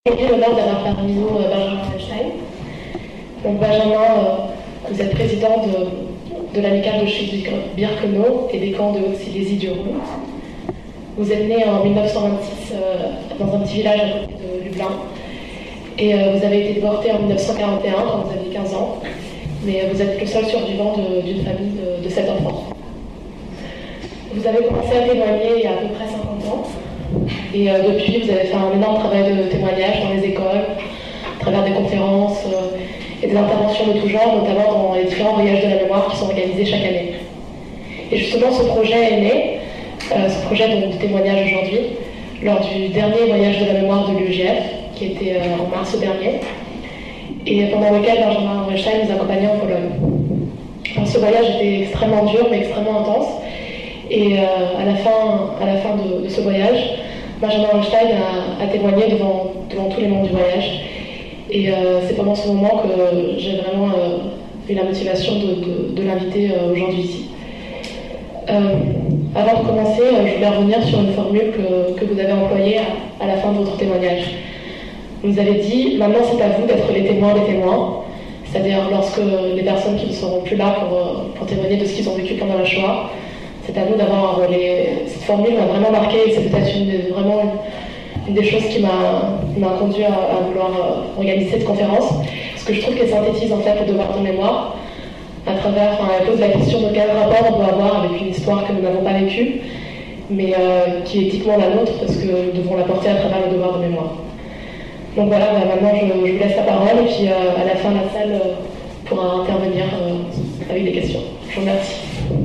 Aujourd'hui, l'honneur d'avoir parmi nous Benjamin Einstein. Donc Benjamin, vous êtes président de l'amicale d'Auschwitz-Birkenau et des camps de Haute-Silésie du Rhône. Vous êtes né en 1926 dans un petit village à côté de Lublin. Et vous avez été déporté en 1941 quand vous aviez 15 ans. Mais vous êtes le seul survivant d'une famille de 7 enfants. Vous avez commencé à témoigner il y a à peu près 50 ans. Et depuis, vous avez fait un énorme travail de témoignage dans les écoles, à travers des conférences et des interventions de tout genre, notamment dans les différents voyages de la mémoire qui sont organisés chaque année. Et justement, ce projet est né, ce projet de témoignage aujourd'hui, lors du dernier voyage de la mémoire de l'UEJF, qui était en mars dernier, et pendant lequel Benjamin Einstein nous accompagnait en Pologne. Alors, ce voyage était extrêmement dur, mais extrêmement intense. Et à la fin de ce voyage, Benjamin Einstein a témoigné devant tous les membres du voyage. Et c'est pendant ce moment que j'ai vraiment eu la motivation de l'inviter aujourd'hui ici. Avant de commencer, je voulais revenir sur une formule que vous avez employée à la fin de votre témoignage. Vous nous avez dit « Maintenant, c'est à vous d'être les témoins des témoins », c'est-à-dire lorsque les personnes qui ne seront plus là pour témoigner de ce qu'ils ont vécu pendant la Shoah, c'est à nous d'avoir un relais. Cette formule m'a vraiment marqué et c'est peut-être une des choses qui m'a conduit à vouloir organiser cette conférence. Parce que je trouve qu'elle synthétise en fait le devoir de mémoire à travers, elle pose la question de quel rapport on doit avoir avec une histoire que nous n'avons pas vécue, mais qui est éthiquement la nôtre parce que nous devons la porter à travers le devoir de mémoire. Donc voilà, maintenant je vous laisse la parole et puis à la fin la salle pourra intervenir avec des questions. Je vous remercie.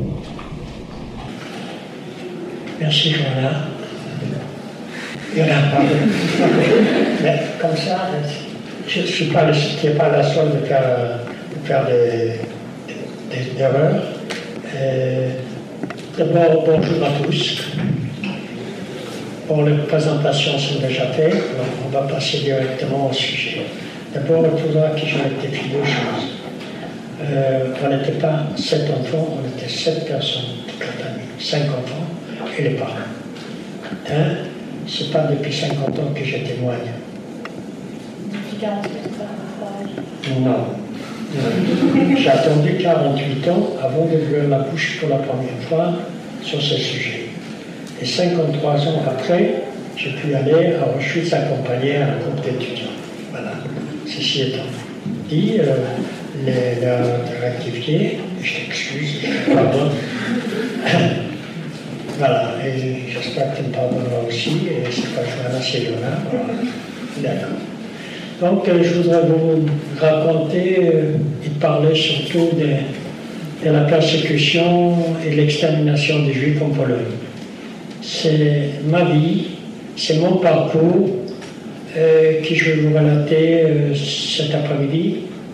Merci, Johanna. Pardon. Mais comme ça, je ne suis pas la seule de faire des erreurs. D'abord, bonjour à tous. Bon, les présentations sont déjà faites, donc on va passer directement au sujet. D'abord, il faudra que je rectifie deux choses. On n'était pas 7 enfants, on était 7 personnes, toute la famille, 5 enfants. Et les parents. C'est pas depuis 50 ans que je témoigne. Depuis 48 ans, Non. J'ai attendu 48 ans avant d'ouvrir ma bouche pour la première fois sur ce sujet. Et 53 ans après, j'ai pu aller à Auschwitz accompagner un groupe d'étudiants. Voilà. Ceci étant dit, l'heure de rectifier, je t'excuse, pardon. Voilà, et j'espère que tu me pardonneras aussi, et c'est pas Johanna, c'est Léonard. Voilà. D'accord. Donc, je voudrais vous raconter et parler surtout de la persécution et l'extermination des Juifs en Pologne. C'est ma vie, c'est mon parcours que je vais vous relater cet après-midi.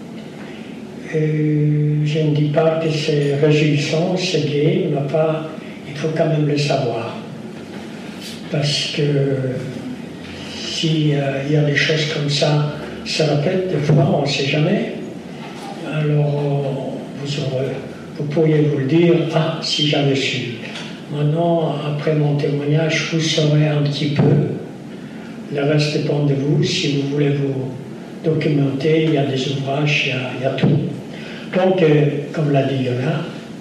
Je ne dis pas que c'est réjouissant, c'est gai, mais pas. Il faut quand même le savoir. Parce que s'il y a des choses comme ça, ça répète des fois, on ne sait jamais. Alors, vous pourriez vous le dire, ah, si j'avais su. Maintenant, après mon témoignage, vous saurez un petit peu. Le reste dépend de vous. Si vous voulez vous documenter, il y a des ouvrages, il y a tout. Donc, comme l'a dit Yona,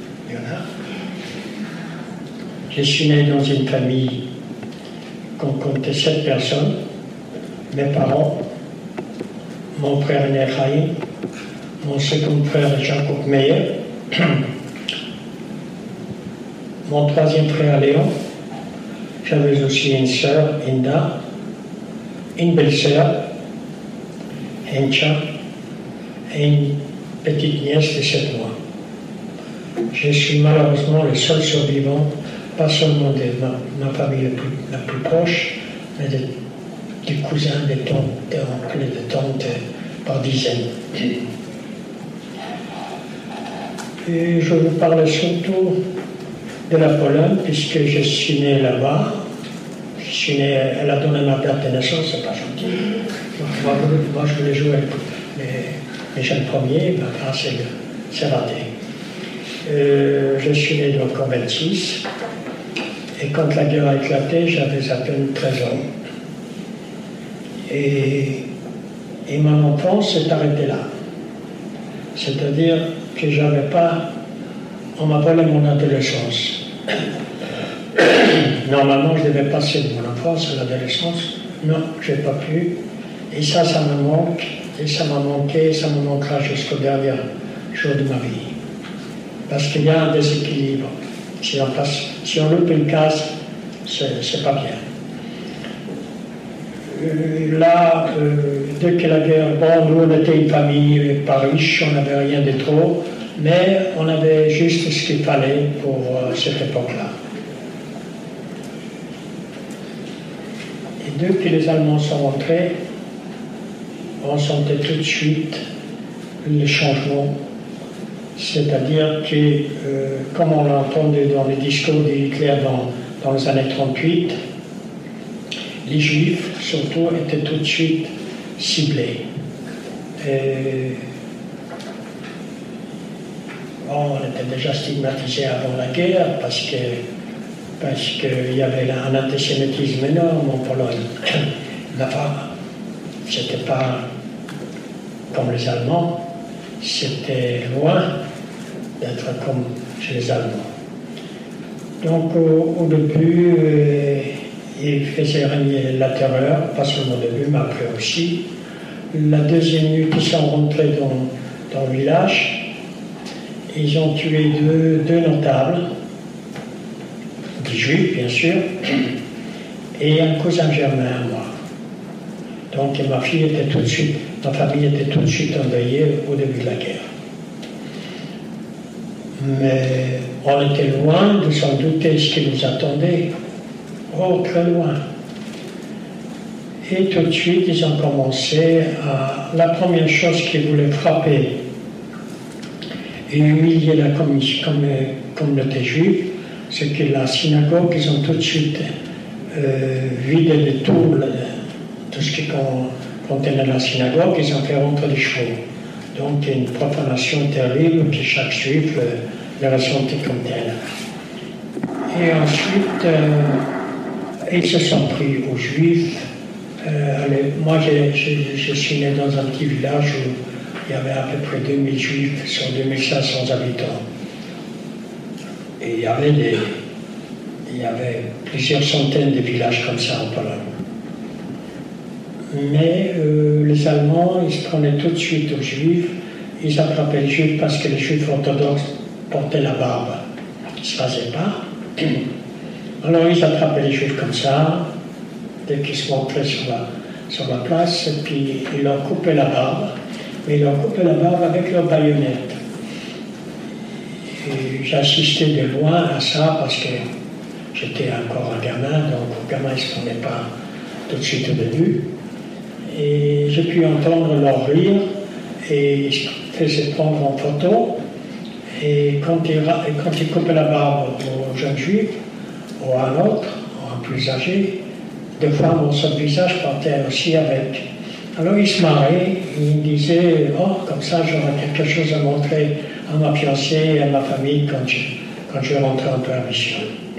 je suis né dans une famille qu'on comptait 7 personnes. Mes parents, mon frère aîné Chaim, mon second frère Jacob Meyer, mon troisième frère Léon, j'avais aussi une sœur, Inda, une belle-sœur, Hencha, et une petite nièce de 7 mois. Je suis malheureusement le seul survivant, pas seulement de ma famille la plus proche, mais des cousins, des tantes, des oncles et des tantes par dizaines. Et je vous parle surtout de la Pologne, puisque je suis né là-bas. Je suis né, elle a donné ma date de naissance, c'est pas gentil. Moi, je voulais jouer les jeunes premiers, mais enfin, c'est raté. Je suis né donc en 26. Et quand la guerre a éclaté, j'avais à peine 13 ans. Et mon enfance s'est arrêtée là. C'est-à-dire que j'avais pas... On m'a volé mon adolescence. Normalement, je devais passer de mon enfance à l'adolescence. Non, je n'ai pas pu. Et ça me manque. Et ça m'a manqué, et ça me manquera jusqu'au dernier jour de ma vie. Parce qu'il y a un déséquilibre. Si on loupe une case, c'est pas bien. Là, dès que la guerre, bon, nous on était une famille pas riche, on n'avait rien de trop, mais on avait juste ce qu'il fallait pour cette époque-là. Et dès que les Allemands sont rentrés, on sentait tout de suite le changement. C'est-à-dire que, comme on l'a entendu dans les discours d'Hitler dans les années 38, les Juifs, surtout, étaient tout de suite ciblés. On était déjà stigmatisés avant la guerre parce qu'il y avait un antisémitisme énorme en Pologne. Là-bas, c'était pas comme les Allemands, c'était loin d'être comme chez les Allemands. Donc au début, il faisait régner la terreur, pas seulement au début, mais après aussi. La deuxième nuit, ils sont rentrés dans le village. Ils ont tué deux notables, des juifs bien sûr, et un cousin germain à moi. Donc ma famille était tout de suite endeuillée au début de la guerre. Mais on était loin de s'en douter ce qui nous attendait. Oh, très loin. Et tout de suite, ils ont commencé à... La première chose qu'ils voulaient frapper et humilier la communauté juive, c'est que la synagogue, ils ont tout de suite vidé de tout ce qui contenait la synagogue, ils ont fait rentrer des chevaux. Donc, une profanation terrible que chaque juif le ressentait comme tel. Et ensuite, ils se sont pris aux juifs. Moi, je suis né dans un petit village où il y avait à peu près 2000 juifs sur 2500 habitants. Et il y avait plusieurs centaines de villages comme ça en Pologne. Mais les Allemands, ils se prenaient tout de suite aux Juifs, ils attrapaient les Juifs parce que les Juifs orthodoxes portaient la barbe. Ils ne se rasaient pas. Alors ils attrapaient les Juifs comme ça, dès qu'ils se montraient sur la place, et puis ils leur coupaient la barbe, mais ils leur coupaient la barbe avec leur baïonnette. Et j'assistais de loin à ça parce que j'étais encore un gamin, donc le gamin ne se prenait pas tout de suite au début. Et j'ai pu entendre leur rire et ils se faisaient prendre en photo. Et quand ils coupaient la barbe aux jeunes juifs, ou à un autre, ou un plus âgé, des fois mon seul visage partait aussi avec. Alors ils se marraient, ils me disaient « Oh, comme ça j'aurai quelque chose à montrer à ma fiancée et à ma famille quand je rentrais en permission. »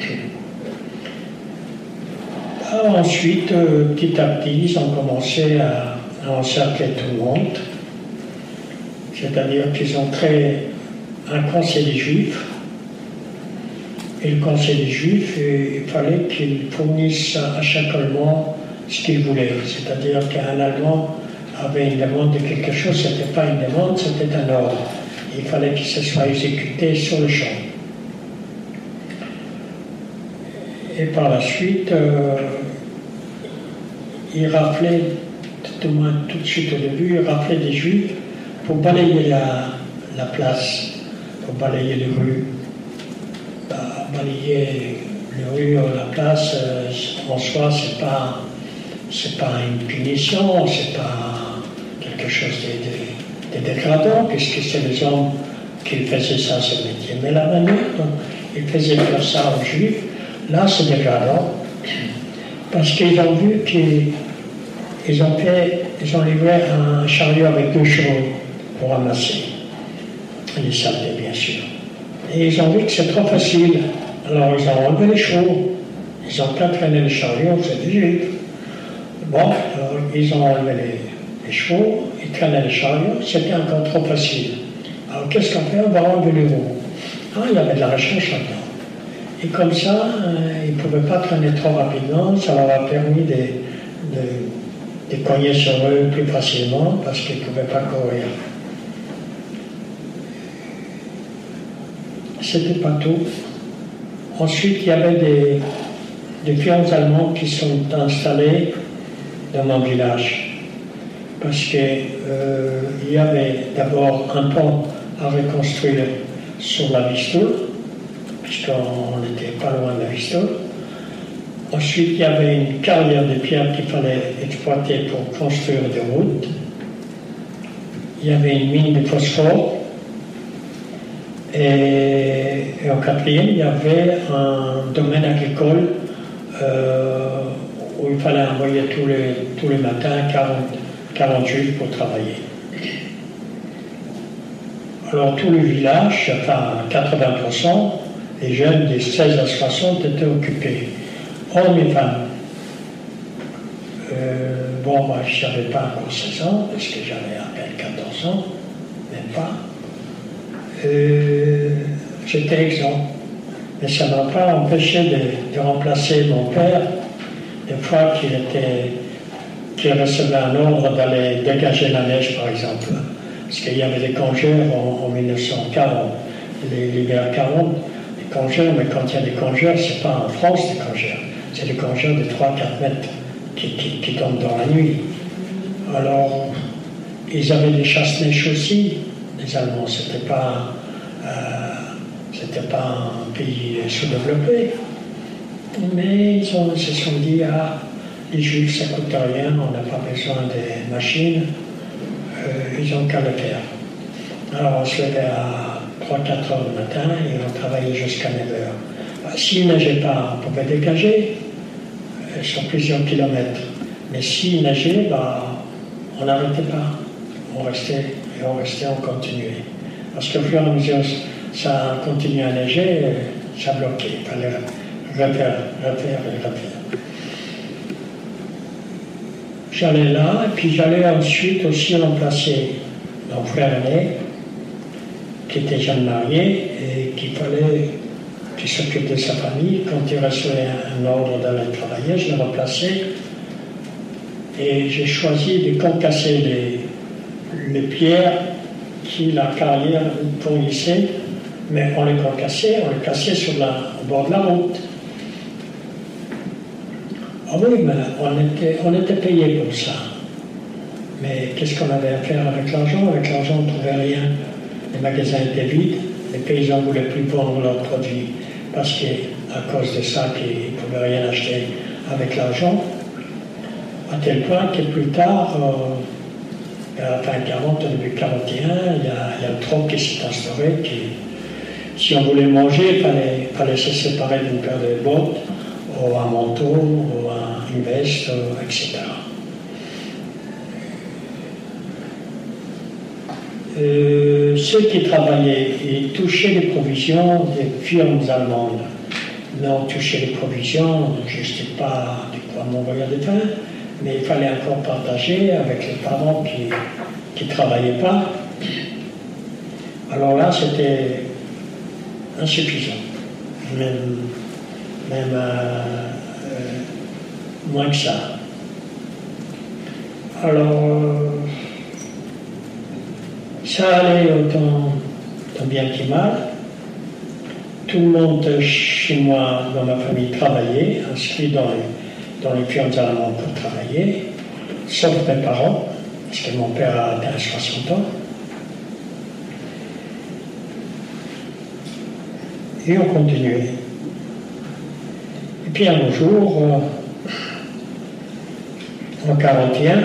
Ensuite, petit à petit, ils ont commencé à encercler tout le monde. C'est-à-dire qu'ils ont créé un conseil des Juifs. Et le conseil des Juifs, il fallait qu'ils fournissent à chaque Allemand ce qu'il voulait. C'est-à-dire qu'un Allemand avait une demande de quelque chose, ce n'était pas une demande, c'était un ordre. Il fallait que ce soit exécuté sur le champ. Et par la suite, il raflait, tout au moins tout de suite au début, il raflait des Juifs pour balayer la place, pour balayer les rues. Balayer les rues, la place, en soi, c'est pas une punition, c'est pas quelque chose de dégradant, puisque c'est les hommes qui faisaient ça, ce métier. Mais la manière dont ils faisaient faire ça aux Juifs, là, c'est dégradant, parce qu'ils ont vu qu'ils ont livré un chariot avec 2 chevaux pour ramasser les saletés, bien sûr. Et ils ont vu que c'est trop facile. Alors ils ont enlevé les chevaux, ils ont pas traîné les chariots, c'est du Juif. Bon, alors ils ont enlevé les chevaux, ils traînaient les chariots, c'était encore trop facile. Alors qu'est-ce qu'on fait? On va enlever les roues. Ah, il y avait de la recherche là-dedans. Et comme ça, ils ne pouvaient pas traîner trop rapidement, ça leur a permis de cogner sur eux plus facilement parce qu'ils ne pouvaient pas courir. C'était pas tout. Ensuite, il y avait des pions allemands qui sont installés dans mon village. Parce qu'il y avait d'abord un pont à reconstruire sur la Vistule, puisqu'on n'était pas loin de la Vistule. Ensuite, il y avait une carrière de pierre qu'il fallait exploiter pour construire des routes. Il y avait une mine de phosphore. Et au quatrième, il y avait un domaine agricole où il fallait envoyer tous les matins 40 juifs pour travailler. Alors tout le village, enfin 80%, les jeunes des 16 à 60 étaient occupés. Hommes et femmes. Bon, moi je n'avais pas encore 16 ans, parce que j'avais à peine 14 ans, même pas. J'étais exempt. Mais ça ne m'a pas empêché de remplacer mon père, des fois qu'il recevait un ordre d'aller dégager la neige, par exemple. Parce qu'il y avait des congères en 1940, l'hiver 40, des congères, mais quand il y a des congères, ce n'est pas en France des congères, c'est des congères de 3-4 mètres qui tombent dans la nuit. Alors, ils avaient des chasse-neige aussi, les Allemands, c'était pas un pays sous-développé. Mais ils se sont dit, ah, les Juifs, ça ne coûte rien, on n'a pas besoin des machines, ils ont qu'à le faire. Alors on se levait à 3-4 heures du matin et on travaillait jusqu'à 9 heures. S'il ne neigeait pas, on pouvait dégager sur plusieurs kilomètres. Mais s'il neigeait, on n'arrêtait pas. On restait, on continuait. Parce qu'au fur et à mesure, ça continuait à neiger, ça bloquait. Il fallait refaire. J'allais là, et puis j'allais ensuite aussi remplacer mon frère aîné, qui était jeune marié, et qui s'occupe de sa famille. Quand il recevait un ordre d'aller travailler, je le remplaçais. Et j'ai choisi de concasser les pierres qui la carrière fournissait, mais on les cassait au bord de la route. Ah oui, mais on était payé pour ça. Mais qu'est-ce qu'on avait à faire avec l'argent? Avec l'argent, on ne trouvait rien. Les magasins étaient vides, les paysans ne voulaient plus vendre leurs produits parce qu'à cause de ça, ils ne pouvaient rien acheter avec l'argent. À tel point que plus tard, à la fin 40, au début 41, il y a le troc qui s'est instauré. Si on voulait manger, il fallait se séparer d'une paire de bottes, ou un manteau, ou une veste, etc. Ceux qui travaillaient, ils touchaient les provisions des firmes allemandes. Mais on touchait les provisions, je ne sais pas de quoi m'envoyer de pain, mais il fallait encore partager avec les parents qui ne travaillaient pas. Alors là, c'était insuffisant, même moins que ça. Alors, ça allait autant bien que mal. Tout le monde chez moi, dans ma famille, travaillait, inscrit dans les firmes allemandes pour travailler, sauf mes parents, parce que mon père a atteint 60 ans. Et on continuait. Et puis un jour, en 41,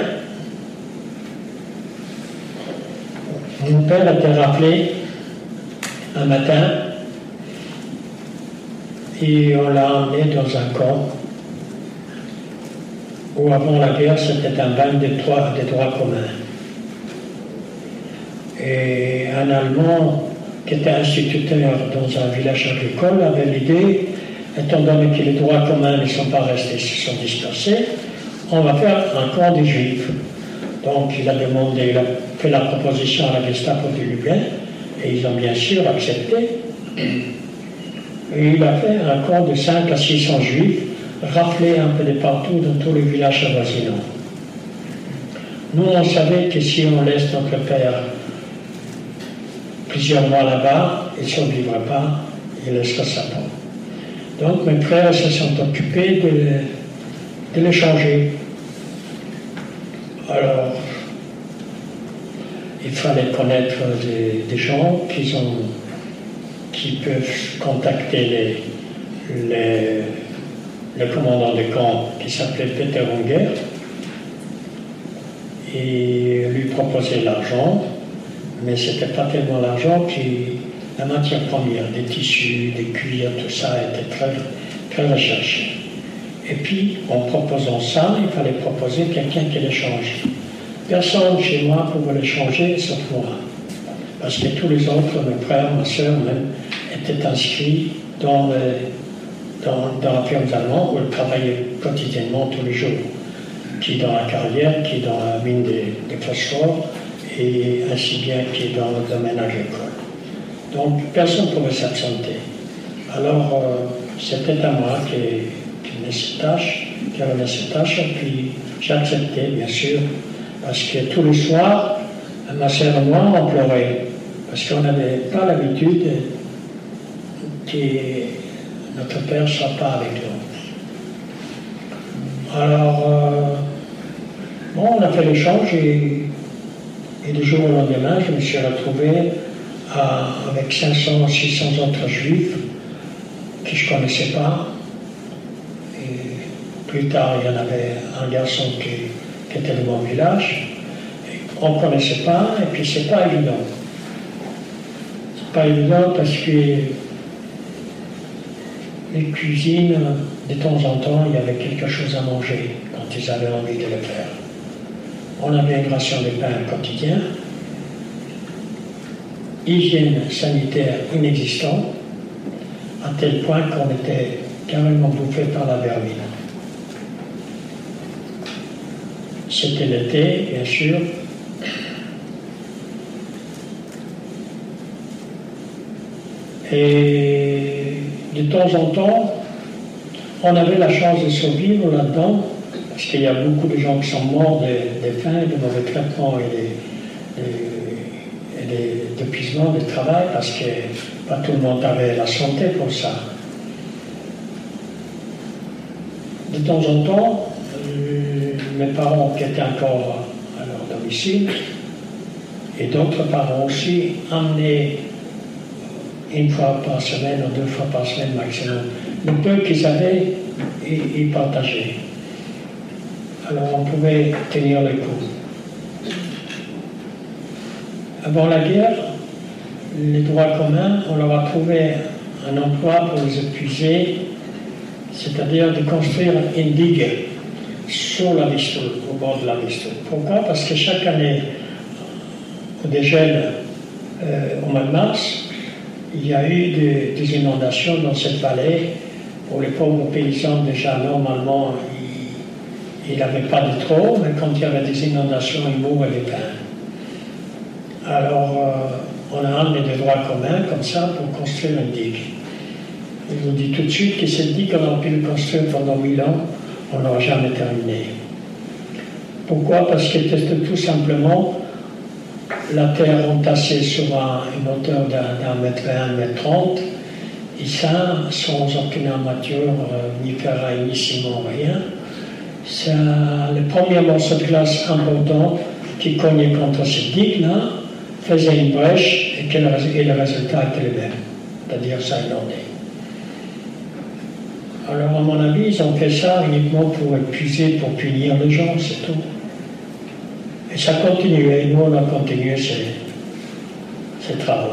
mon père était rappelé un matin et on l'a emmené dans un camp où avant la guerre c'était un bain des droits communs. Et un Allemand qui était instituteur dans un village agricole avait l'idée, étant donné que les droits communs ne sont pas restés, se sont dispersés, on va faire un camp des Juifs. Donc il a fait la proposition à la Gestapo de Lublin, et ils ont bien sûr accepté. Et il a fait un camp de 500 à 600 Juifs, raflés un peu de partout dans tous les villages avoisinants. Nous, on savait que si on laisse notre père plusieurs mois là-bas, il ne survivra pas, il laissera sa peau. Donc mes frères se sont occupés de le changer. Alors, il fallait connaître des gens qui peuvent contacter le commandant de camp qui s'appelait Peter Unger et lui proposer l'argent, mais ce n'était pas tellement l'argent, puis la matière première, des tissus, des cuirs, tout ça était très, très recherché. Et puis, en proposant ça, il fallait proposer quelqu'un qui les change. Personne chez moi pouvait les changer, sauf moi. Parce que tous les autres, mes frères, ma soeur même, étaient inscrits dans la firme allemande où ils travaillaient quotidiennement tous les jours. Qui dans la carrière, qui dans la mine des phosphores, et ainsi bien qui dans le domaine agricole. Donc, personne ne pouvait s'absenter. Alors, c'était à moi qui avait cette tâche, et puis j'acceptais, bien sûr, parce que tous les soirs, ma sœur et moi, on pleurait, parce qu'on n'avait pas l'habitude que notre père ne soit pas avec nous. Alors, on a fait l'échange, et du jour au lendemain, je me suis retrouvé avec 500, 600 autres juifs que je ne connaissais pas. Plus tard, il y en avait un garçon qui était de mon village. On ne connaissait pas, et puis c'est pas évident. C'est pas évident parce que les cuisines, de temps en temps, il y avait quelque chose à manger quand ils avaient envie de le faire. On avait une ration de pain quotidien, hygiène sanitaire inexistante, à tel point qu'on était carrément bouffé par la vermine. C'était l'été, bien sûr. Et de temps en temps, on avait la chance de survivre là-dedans, parce qu'il y a beaucoup de gens qui sont morts de faim, de mauvais traitements et d'épuisement de travail, parce que pas tout le monde avait la santé pour ça. De temps en temps, mes parents qui étaient encore à leur domicile, et d'autres parents aussi, amenaient une fois par semaine ou 2 fois par semaine maximum. Le peu qu'ils avaient, ils partageaient. Alors on pouvait tenir le coup. Avant la guerre, les droits communs, on leur a trouvé un emploi pour les épuiser, c'est-à-dire de construire une digue sur la Vistule, au bord de la Vistule. Pourquoi? Parce que chaque année, au dégel, au mois de mars, il y a eu des inondations dans cette vallée. Pour les pauvres paysans, déjà, normalement, il n'avait pas de trop, mais quand il y avait des inondations, ils mouraient de faim. Alors, on a amené des droits communs comme ça pour construire une digue. Je vous dis tout de suite que cette digue, on a pu le construire pendant 1000 ans, on n'aura jamais terminé. Pourquoi? Parce que c'était tout simplement la terre entassée sur une hauteur d'1 mètre 20, 1 mètre 30, et ça, sans aucune armature, ni ferraille, ni ciment, rien. C'est le premier morceau de glace important qui cognait contre cette digue-là, faisait une brèche, et le résultat était le même, c'est-à-dire ça inondait. Alors, à mon avis, ils ont fait ça uniquement pour épuiser, pour punir les gens, c'est tout. Et ça continuait, nous on a continué ces travaux.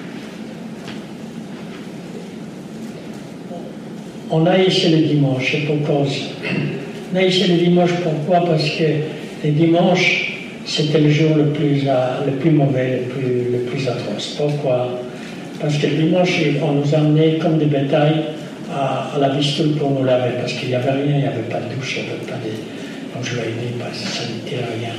On a haïssé les dimanches, c'est pour cause. On a haïssé les dimanches, pourquoi? Parce que les dimanches, c'était le jour le plus mauvais, le plus atroce. Pourquoi? Parce que le dimanche, on nous amenait comme des bétails à la Vistule pour nous laver, parce qu'il n'y avait rien, il n'y avait pas de douche, il n'y avait pas Donc je l'ai aidé, parce que ça n'était rien.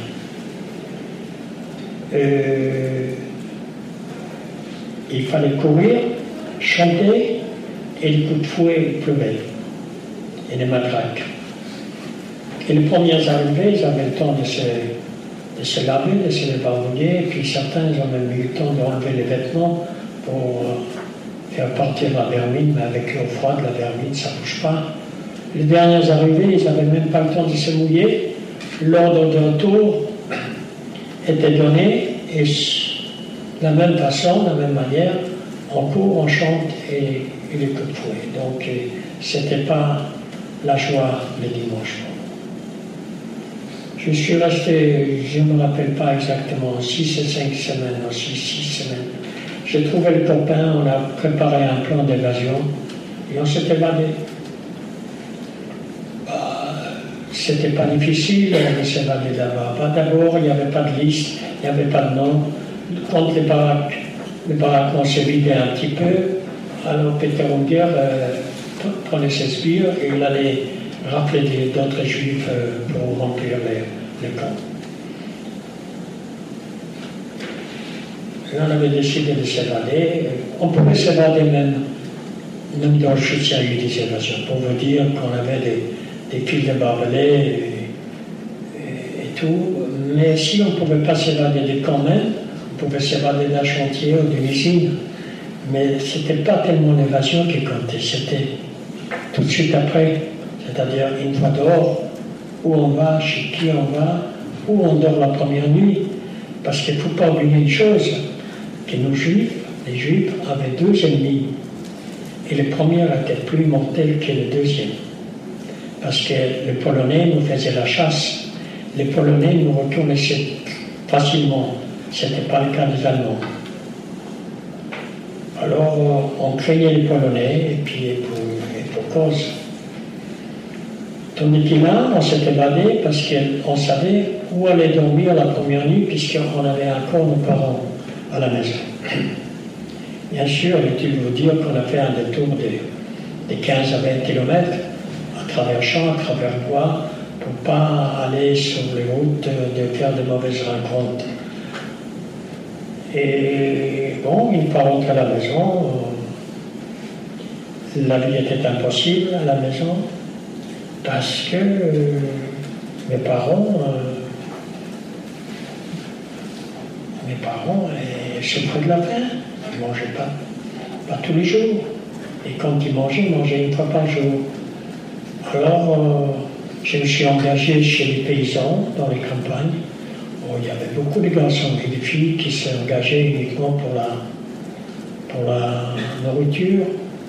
Il fallait courir, chanter, et les coups de fouet pleuvaient, et les matraques. Et les premiers arrivés, ils avaient le temps de se laver, de se débarbouiller, et puis certains, ils ont même eu le temps d'enlever les vêtements pour faire partir la vermine, mais avec l'eau froide, la vermine, ça ne bouge pas. Les derniers arrivés, ils n'avaient même pas le temps de se mouiller. L'ordre de retour était donné, et de la même façon, de la même manière, on court, on chante et les coups de fouet. Donc, ce n'était pas la joie le dimanche. Je suis resté, je ne me rappelle pas exactement, 6 et 5 semaines, non, 6 semaines. J'ai trouvé le copain, on a préparé un plan d'évasion et on s'est évadé. C'était pas difficile de s'évader là-bas. D'abord, il n'y avait pas de liste, il n'y avait pas de nom. Quand les baraques ont se vidé un petit peu, alors Peter Unger prenait ses sbires et il allait rappeler d'autres juifs pour remplir les camps. Et on avait décidé de s'évader. On pouvait s'évader même dans le chute, il y a eu des évasions. Pour vous dire qu'on avait des piles de barbelés et tout. Mais si on ne pouvait pas s'évader des camps même, on pouvait s'évader d'un chantier ou d'une usine. Mais ce n'était pas tellement l'évasion qui comptait, c'était tout de suite après. C'est-à-dire une fois dehors, où on va, chez qui on va, où on dort la première nuit. Parce qu'il ne faut pas oublier une chose, que nos juifs, les juifs, avaient 2 ennemis. Et le premier était plus mortel que le deuxième. Parce que les Polonais nous faisaient la chasse. Les Polonais nous reconnaissaient facilement. Ce n'était pas le cas des Allemands. Alors on craignait les Polonais, et puis pour cause. Tandis que là, on s'est évadé parce qu'on savait où aller dormir la première nuit, puisqu'on avait encore nos parents à la maison. Bien sûr, inutile de vous dire qu'on a fait un détour de 15 à 20 km à travers champs, à travers bois, pour ne pas aller sur les routes de faire de mauvaises rencontres. Et bon, une fois rentré à la maison, la vie était impossible à la maison. Parce que mes parents souffraient de la faim. Ils ne mangeaient pas tous les jours. Et quand ils mangeaient une fois par jour. Alors, je me suis engagé chez les paysans dans les campagnes. Bon, il y avait beaucoup de garçons et de filles qui s'est engagés uniquement pour la nourriture.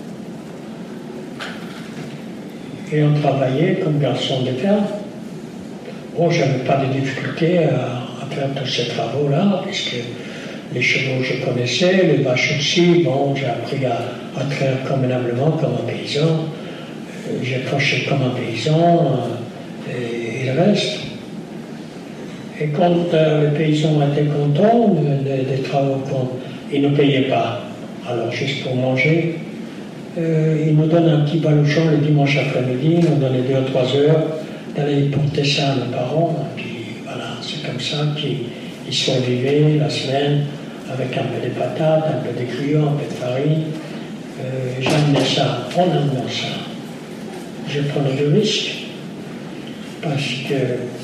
Et on travaillait comme garçon de ferme. Bon, je n'avais pas de difficulté à faire tous ces travaux-là, puisque les chevaux je connaissais, les vaches aussi. Bon, j'ai appris à traire convenablement comme un paysan. J'ai coché comme un paysan et le reste. Et quand les paysans étaient contents des travaux ils ne payaient pas, alors juste pour manger, ils nous donnent un petit baluchon le dimanche après-midi, ils nous donnaient 2 ou 3 heures d'aller porter ça à nos parents. Et puis voilà, c'est comme ça qu'ils survivaient la semaine avec un peu de patates, un peu de gruyons, un peu de farine. J'amenais ça, on amenait ça. Je prenais le risque parce que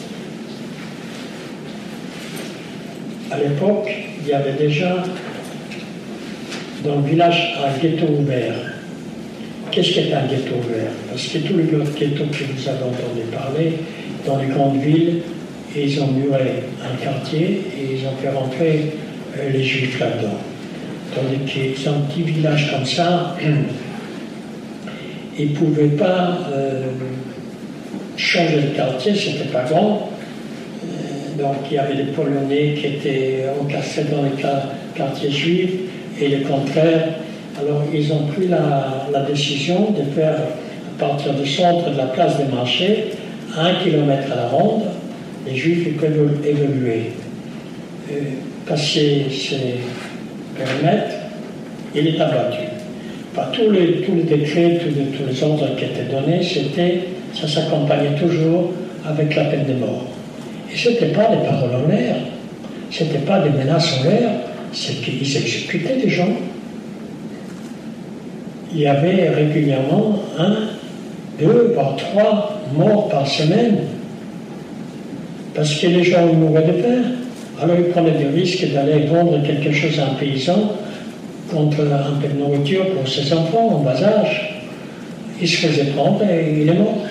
à l'époque, il y avait déjà dans le village un ghetto ouvert. Qu'est-ce qu'est un ghetto ouvert? Parce que tous les autres ghettos que vous avez entendu parler, dans les grandes villes, ils ont muré un quartier et ils ont fait rentrer les juifs là-dedans. Tandis qu'ils ont un petit village comme ça, ils ne pouvaient pas changer de quartier, c'était pas grand. Donc il y avait des Polonais qui étaient encastrés dans les quartiers juifs et le contraire. Alors ils ont pris la décision de faire, à partir du centre de la place des marchés, à 1 km à la ronde, les juifs ils peuvent évoluer. Passer ces périmètres, il est abattu. Par tous les décrets, tous les ordres qui étaient donnés, ça s'accompagnait toujours avec la peine de mort. Et ce n'était pas des paroles en l'air, ce n'était pas des menaces en l'air, c'est qu'ils exécutaient des gens. Il y avait régulièrement 1, 2, voire 3 morts par semaine, parce que les gens mouraient de faim. Alors ils prenaient des risques d'aller vendre quelque chose à un paysan contre un peu de nourriture pour ses enfants en bas âge. Il se faisait prendre et il est mort.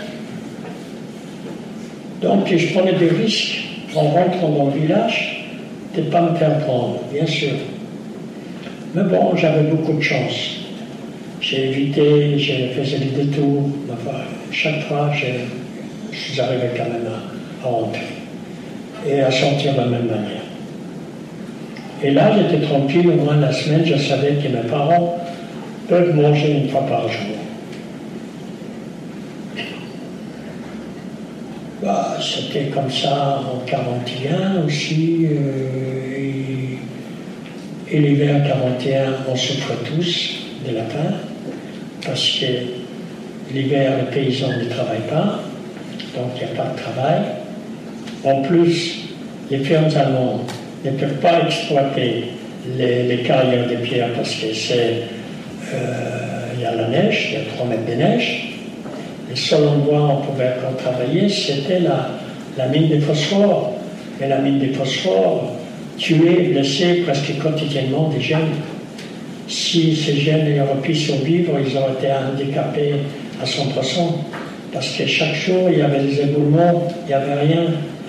Donc je prenais des risques en rentrant dans le village de ne pas me faire prendre, bien sûr. Mais bon, j'avais beaucoup de chance. J'ai évité, j'ai fait des détours. Enfin, chaque fois, je suis arrivé quand même à rentrer et à sortir de la même manière. Et là, j'étais tranquille, au moins la semaine, je savais que mes parents peuvent manger une fois par jour. Bah, c'était comme ça en 41 aussi, et l'hiver 41, on souffre tous de la faim, parce que l'hiver, les paysans ne travaillent pas, donc il n'y a pas de travail. En plus, les fermes allemandes ne peuvent pas exploiter les carrières de pierre parce que il y a la neige, il y a 3 mètres de neige. Le seul endroit où on pouvait encore travailler, c'était la mine de phosphore. Mais la mine de phosphore tuait, blessait presque quotidiennement des jeunes. Si ces jeunes auraient pu survivre, ils auraient été handicapés à 100%. Parce que chaque jour, il y avait des éboulements, il n'y avait rien.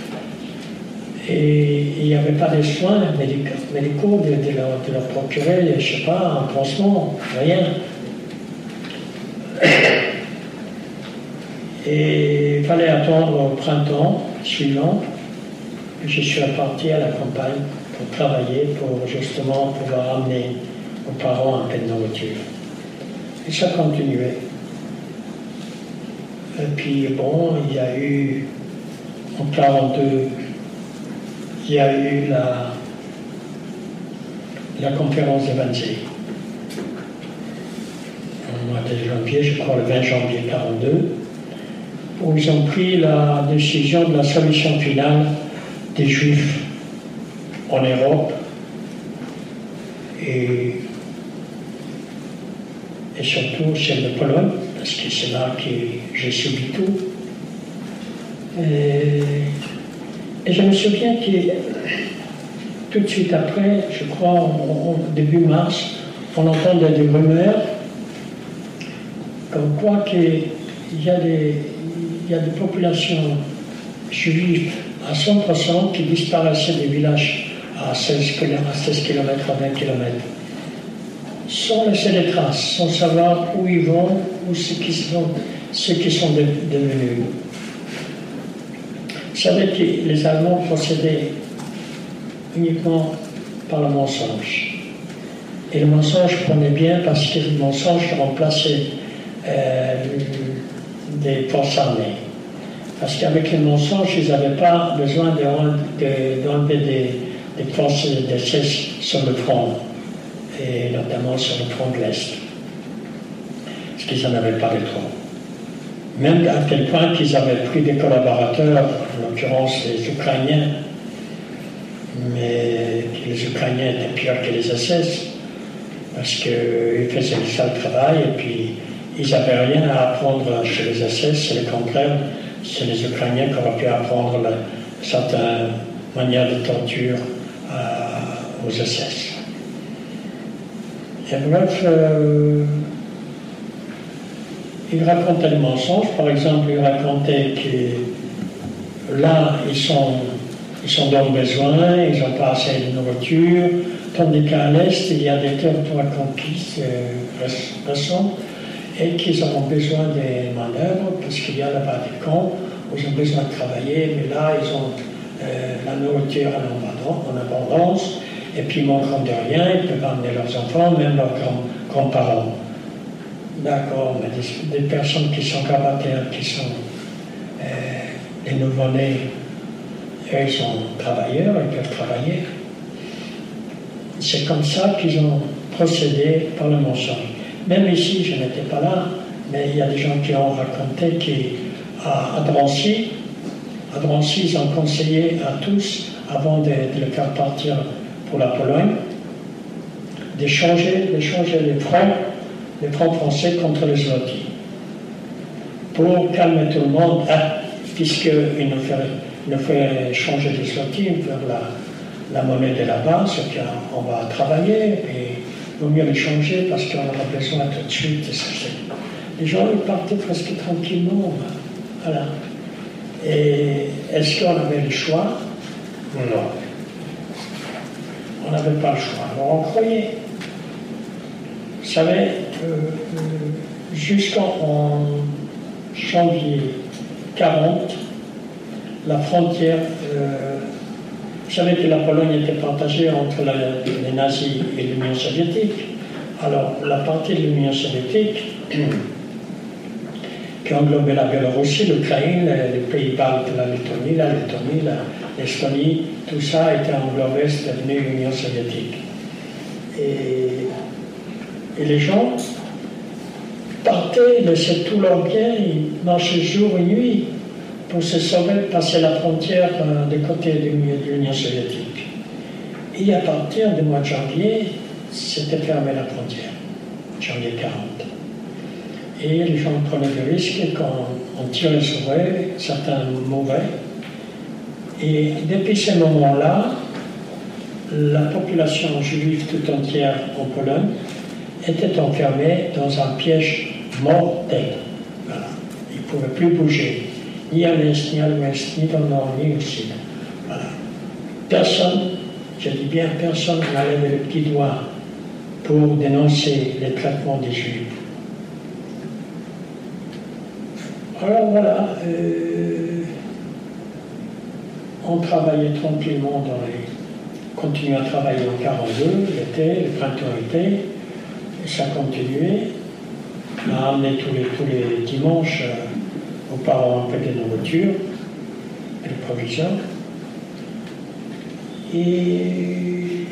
Et il n'y avait pas de soins médicaux de leur procurer, je ne sais pas, un pansement, rien. Et il fallait attendre au printemps suivant. Je suis reparti à la campagne pour travailler, pour justement pouvoir amener aux parents un peu de nourriture. Et ça continuait. Et puis bon, il y a eu, en 1942, il y a eu la conférence de Wannsee. Au mois de janvier, je crois le 20 janvier 1942, où ils ont pris la décision de la solution finale des Juifs en Europe et surtout celle de Pologne, parce que c'est là que j'ai subi tout. Et je me souviens que tout de suite après, je crois début mars, on entendait des rumeurs comme quoi qu'il y a des populations juives à 100% qui disparaissaient des villages à 16 km, à 20 km, sans laisser des traces, sans savoir où ils vont, ou ce qu'ils sont devenus. Vous savez que les Allemands procédaient uniquement par le mensonge. Et le mensonge prenait bien parce que le mensonge remplaçait des forces armées. Parce qu'avec les mensonges, ils n'avaient pas besoin d'enlever des forces de SS sur le front, et notamment sur le front de l'Est. Parce qu'ils n'en avaient pas de trop. Même à tel point qu'ils avaient pris des collaborateurs, en l'occurrence les Ukrainiens, mais les Ukrainiens étaient pires que les SS, parce qu'ils faisaient le sale travail, et puis ils n'avaient rien à apprendre chez les SS, c'est le contraire. C'est les Ukrainiens qui auraient pu apprendre certaines manières de torture aux SS. Et bref, ils racontaient des mensonges. Par exemple, ils racontaient que là, ils sont dans le besoin, ils n'ont pas assez de nourriture, tandis qu'à l'Est, il y a des territoires conquis récents, et qu'ils auront besoin des main-d'œuvre, parce qu'il y a là-bas des camps où ils ont besoin de travailler, mais là, ils ont la nourriture en abondance, et puis ils manqueront de rien, ils peuvent amener leurs enfants, même leurs grands-parents. D'accord, mais des personnes qui sont grabataires, qui sont les nouveau-nés, eux, ils sont travailleurs, ils peuvent travailler. C'est comme ça qu'ils ont procédé par le mensonge. Même ici, je n'étais pas là, mais il y a des gens qui ont raconté qu'à Drancy, à Drancy, ils ont conseillé à tous, avant de le faire partir pour la Pologne, d'échanger les francs français contre les zloty. Pour calmer tout le monde, puisqu'il nous fait changer les zloty vers la monnaie de là-bas, ce qu'on va travailler, et il vaut mieux les changer parce qu'on aura besoin tout de suite. Les gens ils partaient presque tranquillement. Voilà. Et est-ce qu'on avait le choix? Non. On n'avait pas le choix. Alors on croyait. Vous savez, jusqu'en janvier 40, la frontière, vous savez que la Pologne était partagée entre les nazis et l'Union soviétique. Alors la partie de l'Union soviétique, qui englobait la Biélorussie, l'Ukraine, les pays baltes, la Lettonie, l'Estonie, tout ça était englobé, c'était devenu l'Union soviétique. Et les gens partaient, laissaient tout leur bien, ils marchaient jour et nuit pour se sauver, passer la frontière du côté de l'Union soviétique. Et à partir du mois de janvier, c'était fermé la frontière, janvier 40. Et les gens prenaient des risques quand on tirait sur eux, certains mouraient. Et depuis ce moment-là, la population juive tout entière en Pologne était enfermée dans un piège mortel. Voilà. Ils ne pouvaient plus bouger, ni à l'est, ni à l'ouest, ni dans le nord, ni au sud. Voilà. Personne, je dis bien personne, n'a levé le petit doigt pour dénoncer les traitements des juifs. Alors voilà, on travaillait tranquillement continuait à travailler en 42, l'été, le printemps-été, et ça continuait. On a amené tous les dimanches aux parents un peu de nourriture et de provisions. Et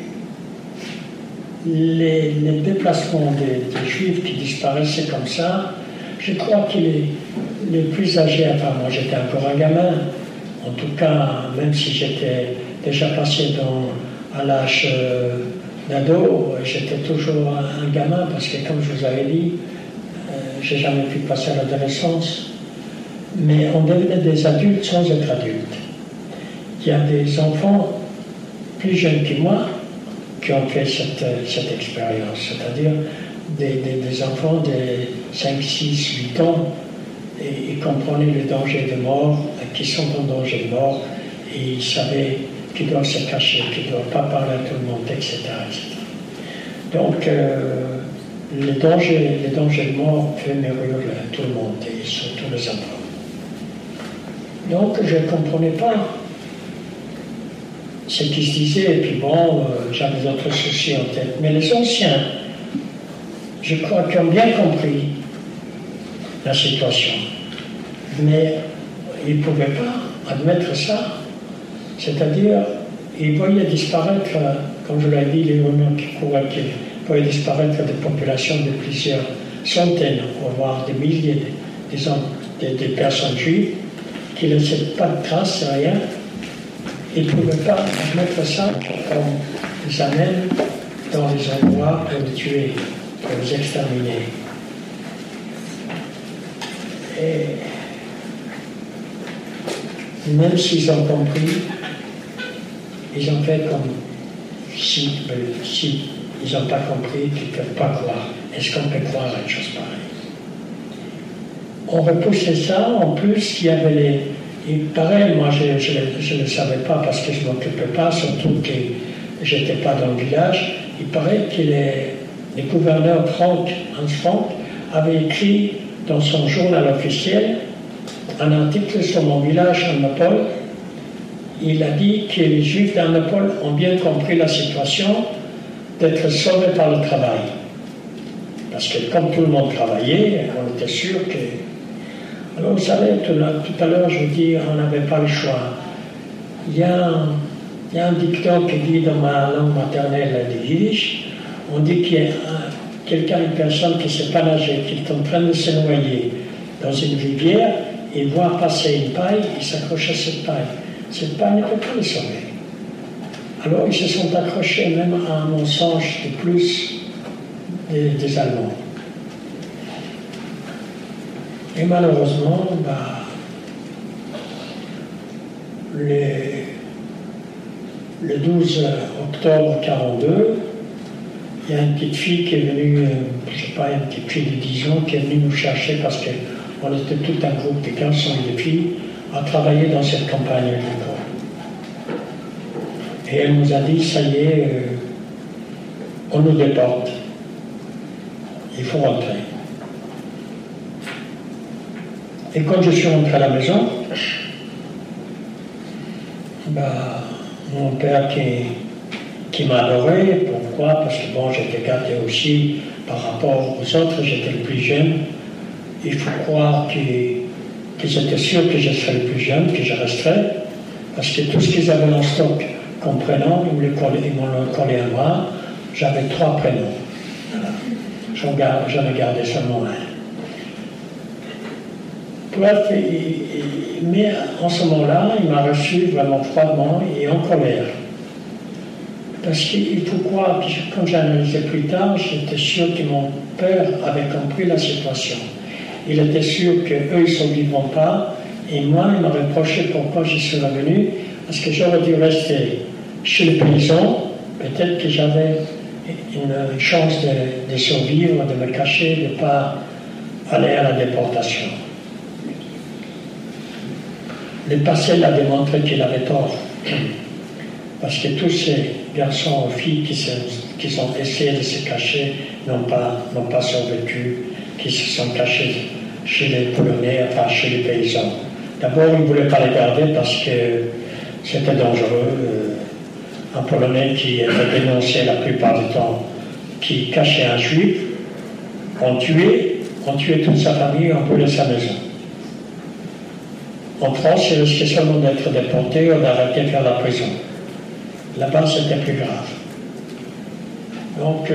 les déplacements des juifs qui disparaissaient comme ça, je crois que les plus âgés, enfin moi j'étais encore un gamin, en tout cas, même si j'étais déjà passé à l'âge d'ado, j'étais toujours un gamin parce que comme je vous avais dit, j'ai jamais pu passer à l'adolescence, mais on devenait des adultes sans être adultes. Il y a des enfants plus jeunes que moi qui ont fait cette expérience, c'est-à-dire des enfants de 5, 6, 8 ans et ils comprenaient le danger de mort, qui sont en danger de mort, et ils savaient qu'ils doivent se cacher, qu'ils ne doivent pas parler à tout le monde, etc. etc. Donc, les dangers de mort fait mourir tout le monde, et surtout les enfants. Donc, je ne comprenais pas ce qui se disait, et puis bon, j'avais d'autres soucis en tête. Mais les anciens, je crois qu'ils ont bien compris la situation. Mais ils ne pouvaient pas admettre ça. C'est-à-dire, ils voyaient disparaître, comme je l'ai dit, les rumeurs qui couraient, qu'ils voyaient disparaître des populations de plusieurs centaines, voire des milliers de personnes juives, qui ne laissaient pas de traces, rien. Ils ne pouvaient pas admettre ça. On les amène dans les endroits pour les tuer, pour les exterminer. Et même s'ils ont compris, ils ont fait comme si ils n'ont pas compris, qu'ils ne peuvent pas croire. Est-ce qu'on peut croire à une chose pareille? On repoussait ça, en plus, il y avait pareil, moi je ne le savais pas parce que je ne m'occupais pas, surtout que je n'étais pas dans le village. Il paraît que le gouverneur Hans Frank avait écrit dans son journal officiel un article sur mon village Arnopol. Il a dit que les Juifs d'Arnopol ont bien compris la situation d'être sauvés par le travail. Parce que comme tout le monde travaillait, on était sûr que... Alors vous savez, tout à l'heure je vous dis, on n'avait pas le choix. Il y a un dicton qui dit dans ma langue maternelle de Yiddish, on dit qu'il y a une personne qui ne sait pas nager, qui est en train de se noyer dans une rivière, il voit passer une paille, il s'accroche à cette paille. Cette paille ne peut pas les sauver. Alors ils se sont accrochés même à un mensonge de plus des Allemands. Et malheureusement, le 12 octobre 1942, il y a une petite fille qui est venue, je ne sais pas, une petite fille de 10 ans qui est venue nous chercher parce qu'on était tout un groupe de garçons et de filles à travailler dans cette campagne agricole. Et elle nous a dit, ça y est, on nous déporte. Il faut rentrer. Et quand je suis rentré à la maison, mon père qui m'a adoré, pourquoi? Parce que bon, j'étais gâté aussi par rapport aux autres, j'étais le plus jeune. Il faut croire qu'ils étaient sûrs que je serais le plus jeune, que je resterais, parce que tout ce qu'ils avaient en stock comme prénom, ils m'ont collé à moi. J'avais 3 prénoms. Voilà. J'en ai gardé seulement un. Bref, mais en ce moment-là, il m'a reçu vraiment froidement et en colère. Parce qu'il faut croire que quand j'ai analysé plus tard, j'étais sûr que mon père avait compris la situation. Il était sûr qu'eux, ils ne survivront pas. Et moi, il m'a reproché pourquoi je suis revenu. Parce que j'aurais dû rester chez les paysans. Peut-être que j'avais une chance de survivre, de me cacher, de ne pas aller à la déportation. Le passé l'a démontré qu'il avait tort. Parce que tous ces garçons ou filles qui ont essayé de se cacher n'ont pas survécu, qui se sont cachés chez les Polonais, enfin chez les paysans. D'abord, ils ne voulaient pas les garder parce que c'était dangereux. Un Polonais qui était dénoncé la plupart du temps, qui cachait un juif, on tuait toute sa famille, on brûlait sa maison. En France, il risquait seulement d'être déporté ou d'arrêter de faire la prison. Là-bas, c'était plus grave. Donc,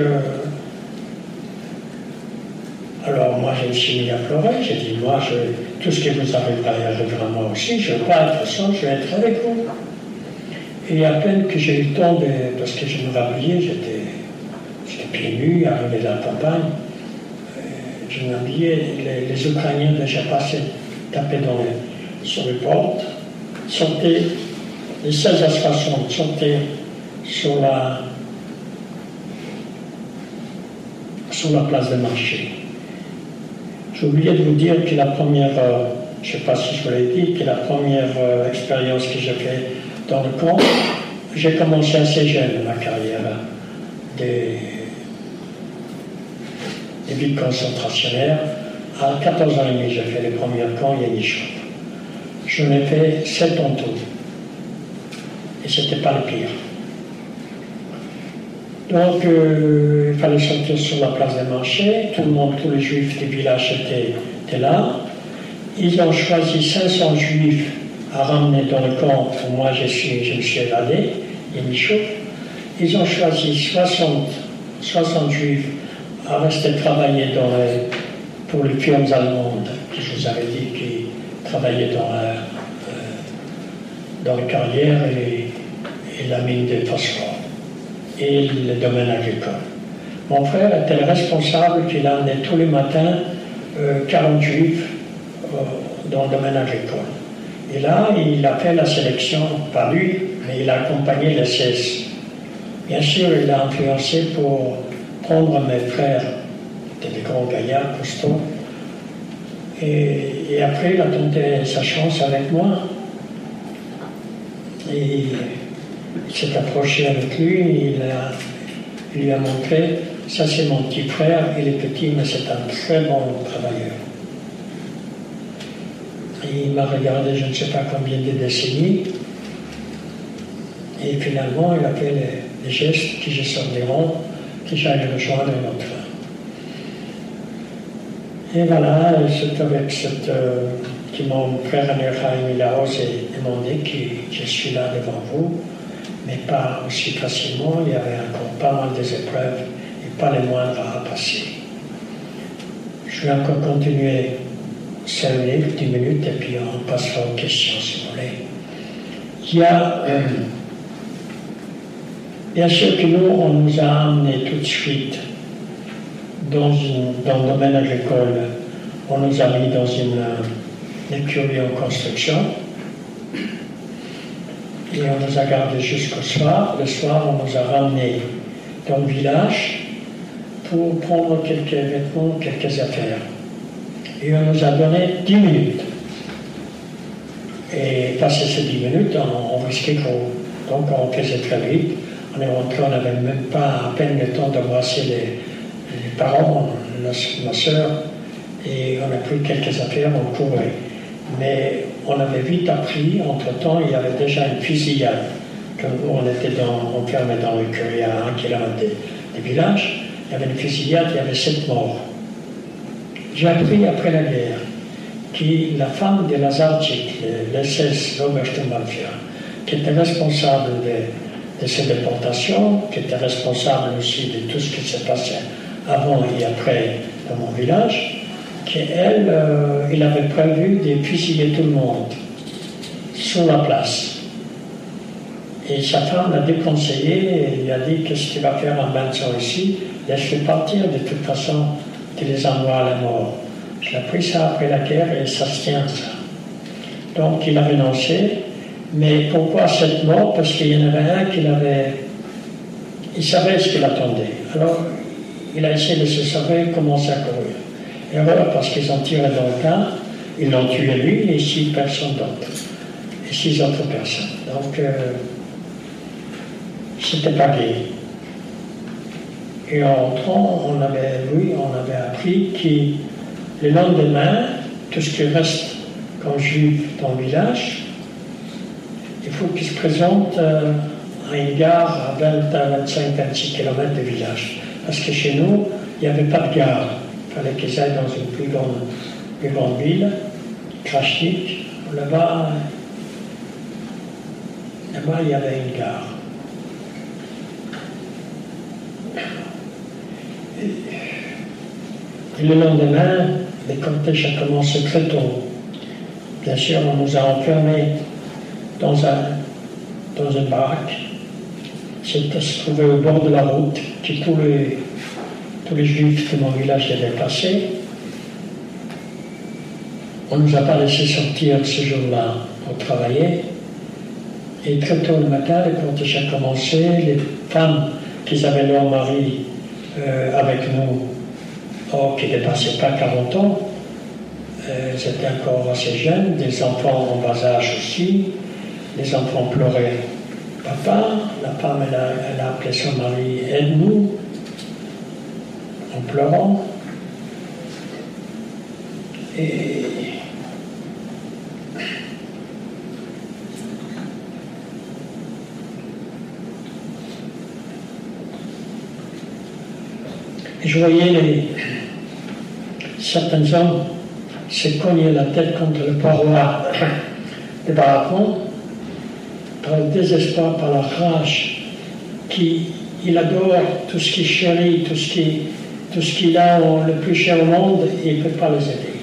alors moi, je me suis mis à pleurer. J'ai dit, moi, tout ce qui vous arrivera à moi aussi. Je ne veux pas être seul, je vais être avec vous. Et à peine que j'ai eu le temps parce que je me rhabillais, j'étais pieds nus, arrivé dans la campagne, je m'habillais, les Ukrainiens déjà passaient, tapaient sur les portes, sortaient, les 16 à 60 sortaient sur la place de marché. J'ai oublié de vous dire que la première, je ne sais pas si je vous l'ai dit, que la première expérience que j'ai faite dans le camp, j'ai commencé assez jeune ma carrière des villes concentrationnaires. À 14 ans et demi, j'ai fait les premiers camps Yenichov. J'en ai fait 7 en tout. Et ce n'était pas le pire. Donc, il fallait sortir sur la place des marchés. Tout le monde, tous les juifs des villages étaient là. Ils ont choisi 500 juifs à ramener dans le camp où moi je me suis évadé, Yenichov. Ils ont choisi 60 juifs à rester travailler pour les firmes allemandes, que je vous avais dit, qui travaillaient dans les carrières et la mine de phosphore et le domaine agricole. Mon frère était le responsable qui amenait tous les matins 40 juifs dans le domaine agricole. Et là, il a fait la sélection, pas lui, mais il a accompagné les 16. Bien sûr, il a influencé pour prendre mes frères, c'était des grands gaillards, costauds. Et après, il a tenté sa chance avec moi. Et il s'est approché avec lui, il lui a montré, ça c'est mon petit frère, il est petit, mais c'est un très bon travailleur. Et il m'a regardé je ne sais pas combien de décennies, et finalement il a fait les gestes que je sortiront, que j'allais rejoindre notre frère. Et voilà, c'est avec que mon frère Anaheim il a osé demander que je suis là devant vous, mais pas aussi facilement, il y avait encore pas mal d'épreuves et pas les moindres à passer. Je vais encore continuer 5 minutes, 10 minutes, et puis on passera aux questions si vous voulez. Il y a, bien sûr que nous, on nous a amenés tout de suite dans le domaine agricole. On nous a mis dans une écurie en construction. Et on nous a gardés jusqu'au soir. Le soir, on nous a ramenés dans le village pour prendre quelques vêtements, quelques affaires. Et on nous a donné 10 minutes. Et passé ces 10 minutes, on risquait qu'on... Donc on faisait très vite. On est rentré, on n'avait même pas à peine le temps d'embrasser les parents, ma soeur, et on a pris quelques affaires, on courait. Mais on avait vite appris, entre-temps, il y avait déjà une fusillade. Comme on était enfermés dans l'écurie à 1 kilomètre des villages, il y avait une fusillade, il y avait 7 morts. J'ai appris après la guerre que la femme de Lazarczyk, l'SS l'Obersturmbannführer, qui était responsable de ces déportations, qui était responsable aussi de tout ce qui s'est passé avant et après dans mon village, qu'elle, il avait prévu de fusiller tout le monde sur la place. Et sa femme l'a déconseillé et lui a dit: qu'est-ce que tu vas faire en Benson ici? Laisse-les partir, de toute façon, tu les envoies à la mort. J'ai appris ça après la guerre et ça se tient, ça. Donc il a renoncé. Mais pourquoi cette mort? Parce qu'il y en avait un il savait ce qu'il attendait. Alors il a essayé de se sauver, commencer à courir. Et voilà, parce qu'ils ont tiré dans le tas, ils l'ont tué lui et 6 personnes d'autres. Et 6 autres personnes. Donc c'était pas gai. Et en rentrant, on avait appris que le lendemain, tout ce qui reste comme juif dans le village, il faut qu'ils se présentent à une gare à 20 à 25, 26 km du village. Parce que chez nous, il n'y avait pas de gare. Il fallait qu'ils aillent dans une plus grande ville, Krasnik. Là-bas, il y avait une gare. Et le lendemain, les cortèges ont commencé très tôt. Bien sûr, on nous a enfermés dans une baraque. C'était se trouver au bord de la route, que tous les juifs de mon village devaient passer. On ne nous a pas laissé sortir ce jour-là pour travailler. Et très tôt le matin, le cortège a commencé. Les femmes qui avaient leur mari avec nous, qui ne dépassaient pas 40 ans, elles étaient encore assez jeunes, des enfants en bas âge aussi. Les enfants pleuraient papa, la femme elle a appelé son mari aide-nous, en pleurant. Et je voyais certains hommes se cogner la tête contre le paroi des baraquements, par le désespoir, par la rage, il adore tout ce qui chérit, tout ce qu'il a le plus cher au monde, et il ne peut pas les aider.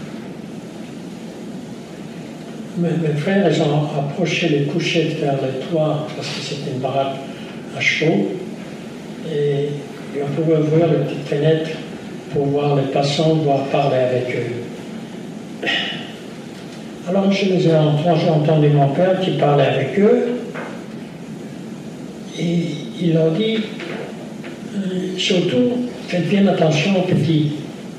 Mes frères, ils ont approché les couchettes vers le toit, parce que c'était une baraque à chaud, et on pouvait ouvrir les petites fenêtres pour voir les passants, voir parler avec eux. Alors je les ai entendus, j'ai entendu mon père qui parlait avec eux, et il leur dit, surtout, faites bien attention aux petits.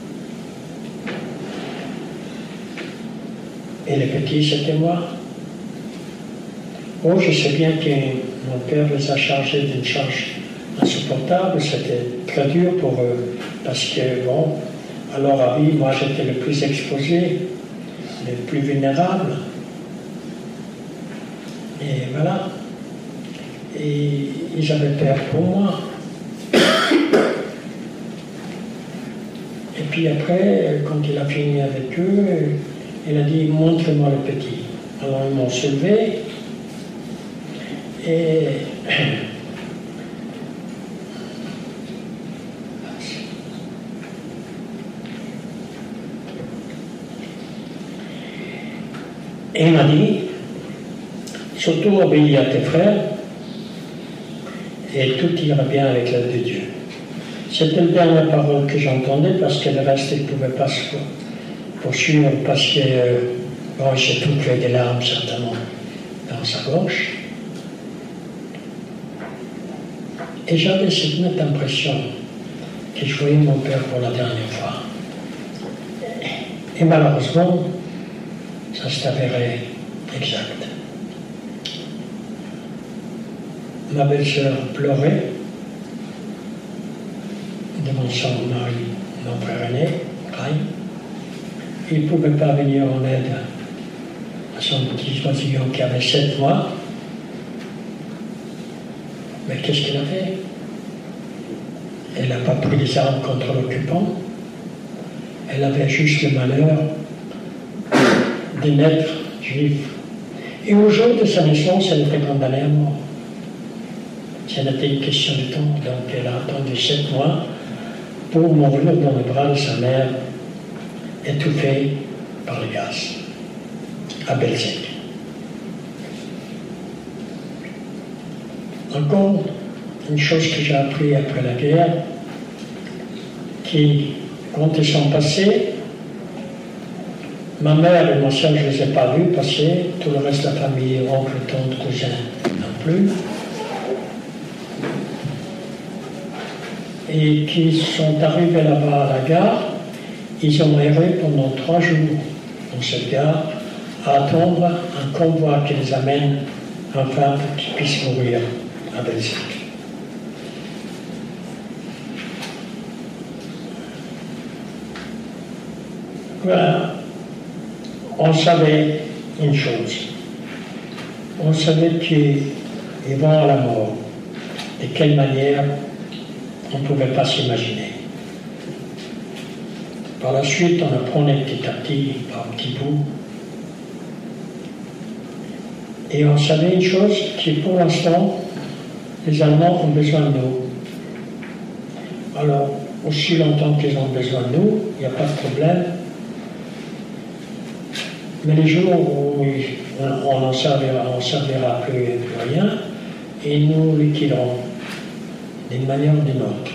Et les petits, c'était moi. Oh, je sais bien que mon père les a chargés d'une charge insupportable, c'était très dur pour eux, parce que, bon, à leur avis, moi j'étais le plus exposé, le plus vulnérable. Et voilà. Et ils avaient peur pour moi. Et puis après, quand il a fini avec eux, il a dit, montre-moi le petit. Alors ils m'ont soulevé, et Et il m'a dit, surtout obéis à tes frères, et tout ira bien avec l'aide de Dieu. C'était la dernière parole que j'entendais parce que le reste, il ne pouvait pas se poursuivre parce que il s'est tout fait des larmes certainement dans sa gorge. Et j'avais cette nette impression que je voyais mon père pour la dernière fois. Et malheureusement, ça s'est avéré exact. Ma belle-sœur pleurait devant son mari, mon frère aîné, Ray. Il ne pouvait pas venir en aide à son petit oisillon qui avait 7 mois. Mais qu'est-ce qu'il a fait? Elle n'a pas pris les armes contre l'occupant. Elle avait juste le malheur de naître juif. Et au jour de sa naissance, elle était condamnée à mort. Ça n'était une question de temps, donc elle a attendu 7 mois pour mourir dans les bras de sa mère, étouffée par le gaz, à Belzec. Encore une chose que j'ai appris après la guerre, qui, quand ils sont passés, ma mère et ma soeur, je ne les ai pas vus passer, tout le reste de la famille, oncle, tante, cousin, non plus. Et qui sont arrivés là-bas à la gare, ils ont erré pendant 3 jours dans cette gare à attendre un convoi qui les amène enfin pour qu'ils puissent mourir à Belzec. Voilà, on savait une chose. On savait qu'ils vont à la mort. De quelle manière, on ne pouvait pas s'imaginer. Par la suite, on apprenait petit à petit, par petits bouts. Et on savait une chose, que pour l'instant, les Allemands ont besoin de nous. Alors, aussi longtemps qu'ils ont besoin de nous, il n'y a pas de problème. Mais les jours où on n'en servira plus rien, ils nous liquideront d'une manière ou d'une autre.